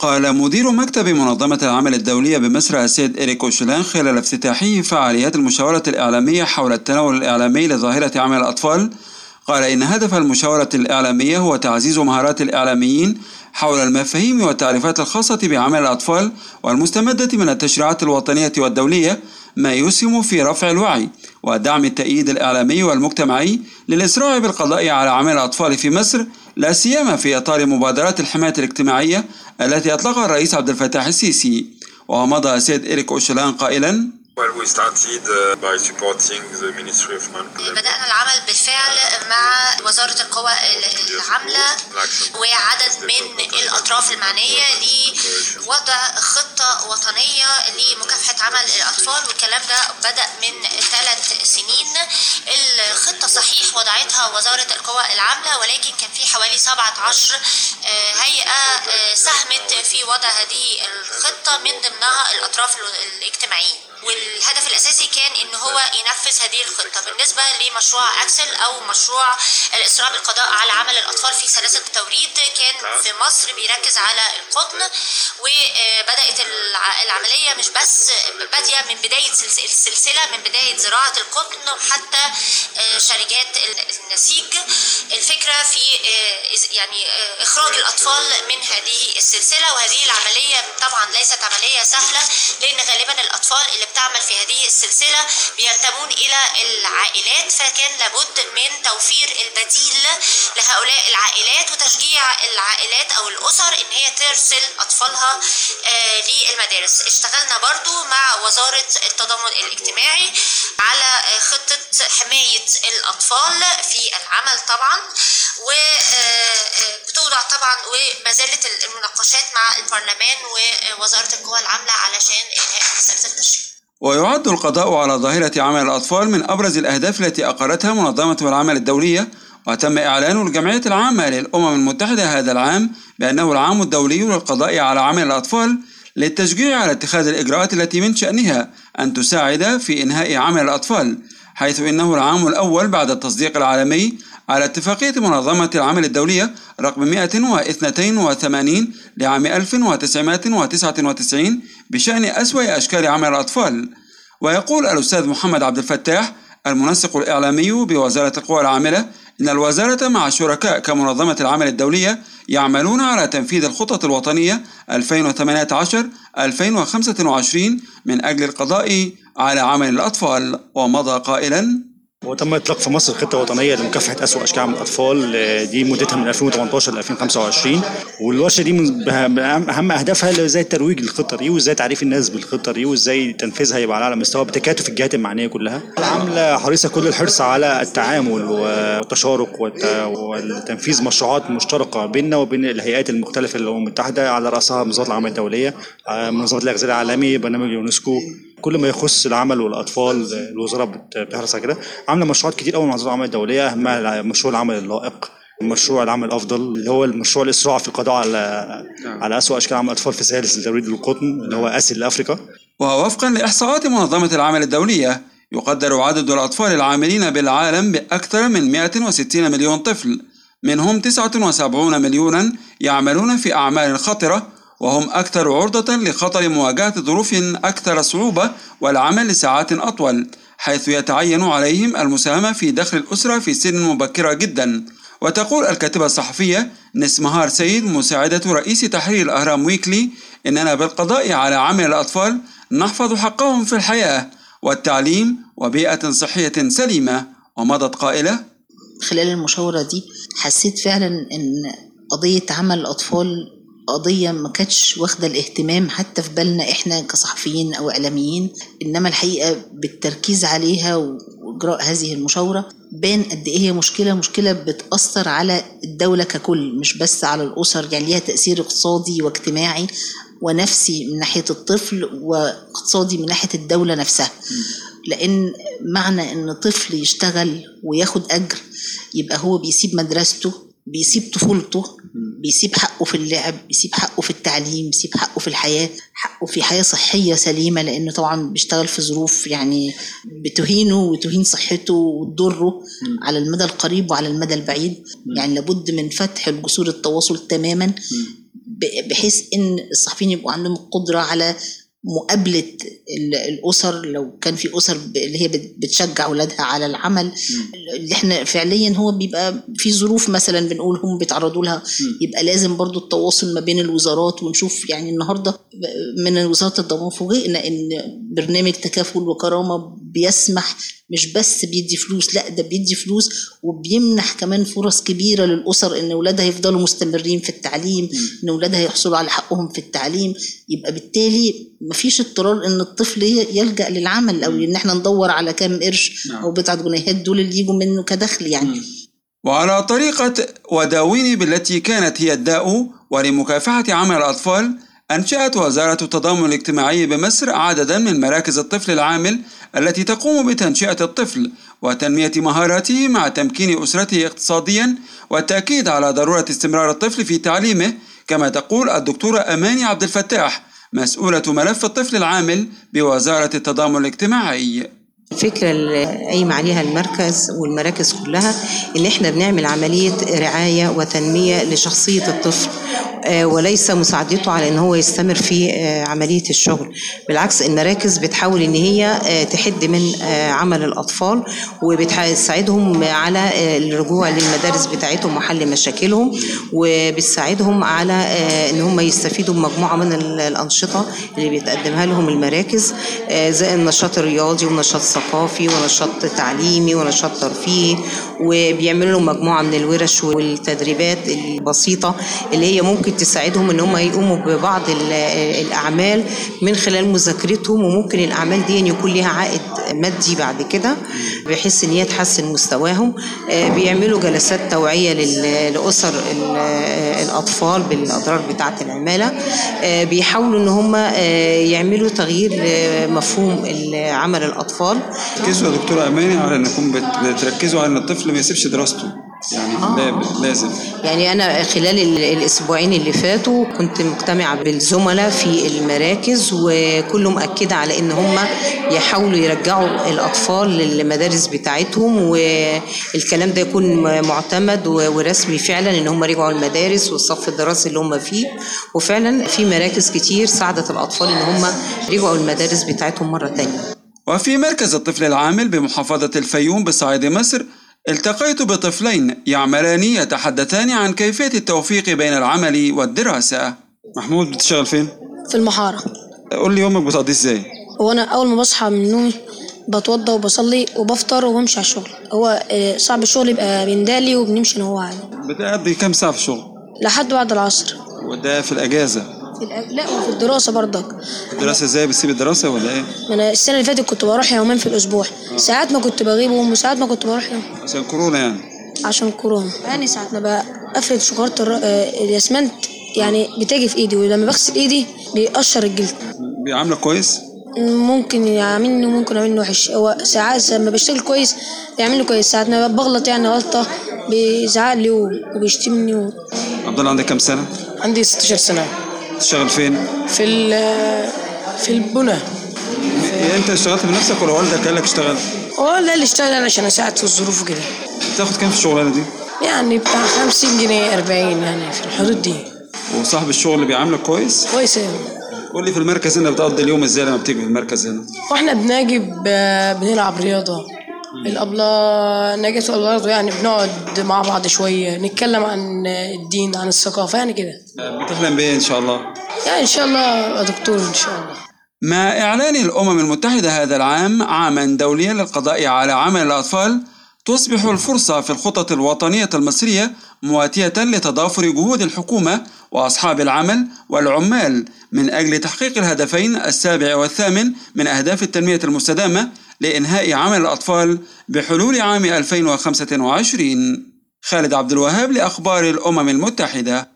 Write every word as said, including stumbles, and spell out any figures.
قال مدير مكتب منظمة العمل الدولية بمصر السيد إريك أوشلان خلال افتتاحه فعاليات المشاورة الإعلامية حول التناول الإعلامي لظاهرة عمل الأطفال، قال إن هدف المشاورة الإعلامية هو تعزيز مهارات الإعلاميين حول المفاهيم والتعريفات الخاصة بعمل الأطفال والمستمدة من التشريعات الوطنية والدولية، ما يسهم في رفع الوعي ودعم التأييد الإعلامي والمجتمعي للإسراع بالقضاء على عمل الأطفال في مصر، لا سيما في إطار مبادرات الحماية الاجتماعية التي أطلقها الرئيس عبد الفتاح السيسي. ومضى السيد إريك أوشلان قائلا: Well, we started uh, by supporting the Ministry of Manpower. بدأنا العمل بالفعل مع وزارة القوى العاملة وعدد من الأطراف المعنية لوضع خطة وطنية لمكافحة عمل الأطفال، والكلام ده بدأ من ثلاث سنين. الخطة صحيح وضعتها وزارة القوى العاملة، ولكن كان في حوالي سبعة عشر هيئة ساهمت في وضع هذه الخطة، من ضمنها الأطراف الاجتماعيين. والهدف الأساسي كان إن هو ينفذ هذه الخطة. بالنسبة لمشروع أكسل أو مشروع الإسراع بالقضاء على عمل الأطفال في سلاسل التوريد، كان في مصر بيركز على القطن، وبدأت العملية مش بس بادية من بداية السلسلة، من بداية زراعة القطن وحتى شركات النسيج. الفكرة في يعني إخراج الأطفال من هذه السلسلة، وهذه العملية طبعا ليست عملية سهلة، لأن غالبا الأطفال اللي بتعمل في هذه السلسلة بينتمون إلى العائلات، فكان لابد من توفير البديل لهؤلاء العائلات وتشجيع العائلات أو الأسر إن هي ترسل أطفالها للمدارس. اشتغلنا برضو مع وزارة التضامن الاجتماعي على خطة حماية الأطفال في العمل طبعا، وبتوضع طبعا وما زالت المناقشات مع البرلمان ووزارة القوى العاملة علشان إنهاء مسألة التشريع. ويعد القضاء على ظاهرة عمل الأطفال من أبرز الأهداف التي أقرتها منظمة العمل الدولية، وتم إعلان الجمعية العامة للأمم المتحدة هذا العام بأنه العام الدولي للقضاء على عمل الأطفال، للتشجيع على اتخاذ الإجراءات التي من شأنها أن تساعد في إنهاء عمل الأطفال، حيث إنه العام الأول بعد التصديق العالمي على اتفاقية منظمة العمل الدولية رقم مئة واثنين وثمانين لعام ألف وتسعمائة وتسعة وتسعين بشأن أسوأ أشكال عمل الأطفال. ويقول الأستاذ محمد عبد الفتاح المنسق الإعلامي بوزارة القوى العاملة إن الوزارة مع الشركاء كمنظمة العمل الدولية يعملون على تنفيذ الخطط الوطنية ألفين وثمانية عشر ألفين وخمسة وعشرين من أجل القضاء على عمل الأطفال. ومضى قائلا: وتم إطلاق في مصر خطة وطنية لمكافحة أسوأ أشكال عمل الأطفال، دي مدتها من ألفين وثمانية عشر ل ألفين وخمسة وعشرين، والورشة دي من أهم أهدافها إزاي الترويج للخطة دي، وإزاي تعريف الناس بالخطة دي، وإزاي تنفيذها يبقى على أعلى مستوى بتكاتف الجهات المعنية كلها. العاملة حريصة كل الحرص على التعامل والتشارك والتنفيذ مشروعات مشتركة بيننا وبين الهيئات المختلفة الأمم المتحدة، على رأسها منظمة العمل الدولية، منظمة الغذاء العالمي، برنامج اليونسكو. كل ما يخص العمل والأطفال الوزارة بتحرص على كده. عاملة مشروعات كتير قوي مع منظمة العمل الدولية، أهمها مشروع العمل اللائق، مشروع العمل الأفضل اللي هو المشروع الإسراع في القضاء على على أسوأ أشكال عمل الأطفال في سلاسل التوريد للقطن اللي هو أسل لأفريقيا. ووفقا لإحصاءات منظمة العمل الدولية يقدر عدد الأطفال العاملين بالعالم بأكثر من مئة وستين مليون طفل، منهم تسعة وسبعين مليونا يعملون في أعمال خطرة، وهم أكثر عرضة لخطر مواجهة ظروف أكثر صعوبة والعمل لساعات أطول، حيث يتعين عليهم المساهمة في دخل الأسرة في سن مبكرة جدا. وتقول الكاتبة الصحفية نسمهار سيد مساعدة رئيس تحرير الأهرام ويكلي إننا بالقضاء على عمل الأطفال نحفظ حقهم في الحياة والتعليم وبيئة صحية سليمة. ومضت قائلة: خلال المشاورة دي حسيت فعلا إن قضية عمل الأطفال قضية ما كانتش واخدة الاهتمام حتى في بالنا إحنا كصحفيين أو إعلاميين، إنما الحقيقة بالتركيز عليها وإجراء هذه المشاورة بان قد إيه هي مشكلة مشكلة بتأثر على الدولة ككل، مش بس على الأسر، يعني ليها تأثير اقتصادي واجتماعي ونفسي من ناحية الطفل، واقتصادي من ناحية الدولة نفسها. لأن معنى إن طفل يشتغل وياخد أجر يبقى هو بيسيب مدرسته، بيسيب طفولته، بيسيب حقه في اللعب، بيسيب حقه في التعليم، بيسيب حقه في الحياة، حقه في حياة صحية سليمة، لأنه طبعا بيشتغل في ظروف يعني بتهينه وتهين صحته وتضره على المدى القريب وعلى المدى البعيد. يعني لابد من فتح الجسور التواصل تماما بحيث ان الصحفيين يبقوا عندهم القدرة على مقابلة الأسر، لو كان في أسر اللي هي بتشجع أولادها على العمل اللي احنا فعليا هو بيبقى في ظروف مثلا بنقول هم بيتعرضوا لها، يبقى لازم برضو التواصل ما بين الوزارات ونشوف. يعني النهاردة من وزارة الضمان فوجئنا إن برنامج تكافل وكرامة بيسمح مش بس بيدي فلوس، لا ده بيدي فلوس وبيمنح كمان فرص كبيرة للأسر إن أولادها يفضلوا مستمرين في التعليم، إن أولادها يحصلوا على حقهم في التعليم. يبقى بالتالي مفيش اضطرار إن الطفل يلجأ للعمل أو إن احنا ندور على كام قرش أو بضعة جنيهات دول اللي يجوا منه كدخل يعني. وعلى طريقة وداويني بالتي كانت هي الداء ولمكافحة عمل الأطفال، أنشأت وزارة التضامن الاجتماعي بمصر عددا من مراكز الطفل العامل التي تقوم بتنشئة الطفل وتنمية مهاراته مع تمكين أسرته اقتصاديا والتأكيد على ضرورة استمرار الطفل في تعليمه، كما تقول الدكتورة أماني عبد الفتاح مسؤولة ملف الطفل العامل بوزارة التضامن الاجتماعي. الفكرة اللي قايم عليها المركز والمراكز كلها إن إحنا بنعمل عملية رعاية وتنمية لشخصية الطفل وليس مساعدته على إن هو يستمر في عملية الشغل. بالعكس المراكز بتحاول إن هي تحد من عمل الأطفال وبتساعدهم على الرجوع للمدارس بتاعتهم وحل مشاكلهم، وبتساعدهم على إن هم يستفيدوا بمجموعة من الأنشطة اللي بتقدمها لهم المراكز زي النشاط الرياضي والنشاط ثقافي ونشاط تعليمي ونشاط ترفيهي، وبيعملوا لهم مجموعة من الورش والتدريبات البسيطة اللي هي ممكن تساعدهم ان هم يقوموا ببعض الأعمال من خلال مذاكرتهم، وممكن الأعمال دي يكون لها عائد مادي بعد كده بحيث ان هي تحسن مستواهم. بيعملوا جلسات توعية لأسر الأطفال بالأضرار بتاعة العمالة، بيحاولوا ان هم يعملوا تغيير مفهوم عمل الأطفال. ركزوا يا دكتورة أماني على أنكم بتركزوا على أن الطفل ما يسيبش دراسته، يعني آه. لازم يعني أنا خلال الأسبوعين اللي فاتوا كنت مجتمعة بالزملاء في المراكز وكلهم مأكدة على إن هم يحاولوا يرجعوا الأطفال للمدارس بتاعتهم، والكلام ده يكون معتمد ورسمي فعلا إن هم رجعوا المدارس والصف الدراسي اللي هم فيه، وفعلا في مراكز كتير ساعدت الأطفال إن هم رجعوا المدارس بتاعتهم مرة تانية. وفي مركز الطفل العامل بمحافظة الفيوم بصعيد مصر التقيت بطفلين يعملان يتحدثان عن كيفية التوفيق بين العمل والدراسة. محمود بتشتغل فين؟ في المحارة. قول لي يومك بتقضيه ازاي؟ هو أنا أول ما بصحى من نومي بتوضى وبصلي وبفطر وبمشي على الشغل. هو صعب الشغل يبقى بندالي وبنمشي أنا وهو عادي. بتقضي كام ساعة في الشغل؟ لحد بعد العصر. وده في الأجازة؟ في الأج... لا وفي الدراسة برضك. الدراسة ازاي بتسيب الدراسة ولا ايه؟ أنا السنة اللي فاتت كنت بروح يومين في الأسبوع، آه. ساعات ما كنت بغيبهم وساعات ما كنت بروح يوم. عشان كورونا يعني؟ عشان كورونا. يعني ساعات ما بقفل شجرة الر... الياسمنت يعني بتجي في إيدي، ولما بغسل إيدي بيقشر الجلد. بيعاملك كويس؟ ممكن يعملني وممكن يعملني وحش. هو ساعات لما بشتغل كويس يعملني كويس، ساعات ما بغلط يعني غلطة بيزعق لي وبيشتمني و... عبد الله عندك كام سنة؟ عندي ستاشر سنة. تشتغل فين؟ في في البنى. انت اشتغلت بنفسك ولا والدك قال لك اشتغل؟ هو لا اللي اشتغل انا عشان اساعد في الظروف وكده. بتاخد كام في الشغلانه دي؟ يعني بتاع خمسين جنيه أربعين يعني في الحدود دي. وصاحب الشغل اللي بيعاملك كويس؟ كويس ايوه. قول لي في المركز هنا بتقضي اليوم ازاي لما بتيجي في المركز هنا؟ واحنا بنجي بنلعب رياضه. الأبلة نجت الأبلة يعني بنقعد مع بعض شوية نتكلم عن الدين عن الثقافة يعني كده. بتحلم بإيه إن شاء الله؟ يعني إن شاء الله يا دكتور إن شاء الله. مع إعلان الأمم المتحدة هذا العام عاما دوليا للقضاء على عمل الأطفال، تصبح الفرصة في الخطط الوطنية المصرية مواتية لتضافر جهود الحكومة وأصحاب العمل والعمال من أجل تحقيق الهدفين السابع والثامن من أهداف التنمية المستدامة لإنهاء عمل الأطفال بحلول عام ألفين وخمسة وعشرين. خالد عبد الوهاب لأخبار الأمم المتحدة.